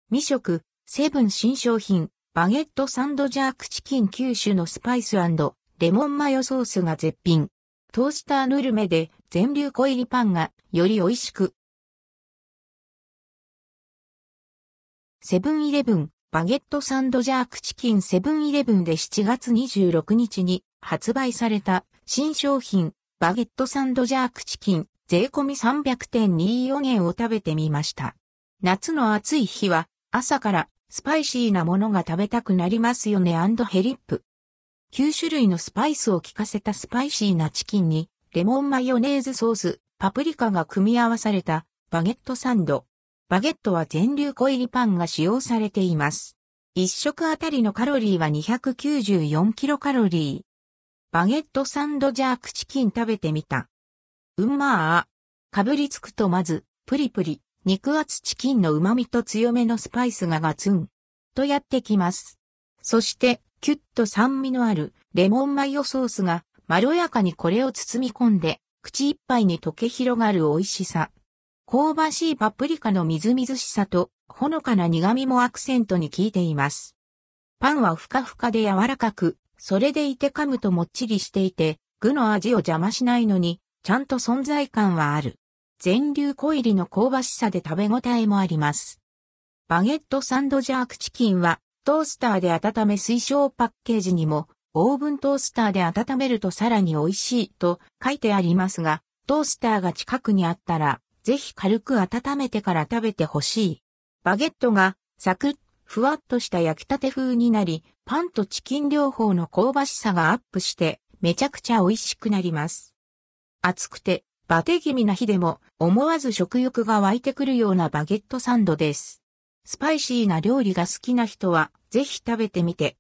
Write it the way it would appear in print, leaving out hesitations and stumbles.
未食、セブン新商品、バゲットサンドジャークチキン9種のスパイス&レモンマヨソースが絶品。トースターヌルメで全粒粉入りパンがより美味しく。セブンイレブン、バゲットサンドジャークチキンセブンイレブンで7月26日に発売された新商品、バゲットサンドジャークチキン、税込み 300.24 円を食べてみました。夏の暑い日は朝からスパイシーなものが食べたくなりますよね&ヘリップ。9種類のスパイスを効かせたスパイシーなチキンにレモンマヨネーズソース、パプリカが組み合わされたバゲットサンド。バゲットは全粒粉入りパンが使用されています。一食あたりのカロリーは294キロカロリー。バゲットサンドジャークチキン食べてみた。まー。かぶりつくとまず、プリプリ、肉厚チキンの旨味と強めのスパイスがガツンとやってきます。そして、キュッと酸味のあるレモンマヨソースがまろやかにこれを包み込んで、口いっぱいに溶け広がる美味しさ。香ばしいパプリカのみずみずしさと、ほのかな苦味もアクセントに効いています。パンはふかふかで柔らかく、それでいて噛むともっちりしていて、具の味を邪魔しないのに、ちゃんと存在感はある。全粒粉入りの香ばしさで食べ応えもあります。バゲットサンドジャークチキンは、トースターで温め推奨パッケージにも、オーブントースターで温めるとさらに美味しいと書いてありますが、トースターが近くにあったら、ぜひ軽く温めてから食べてほしい。バゲットがサクッ、ふわっとした焼きたて風になり、パンとチキン両方の香ばしさがアップして、めちゃくちゃ美味しくなります。暑くて、バテ気味な日でも思わず食欲が湧いてくるようなバゲットサンドです。スパイシーな料理が好きな人は、ぜひ食べてみて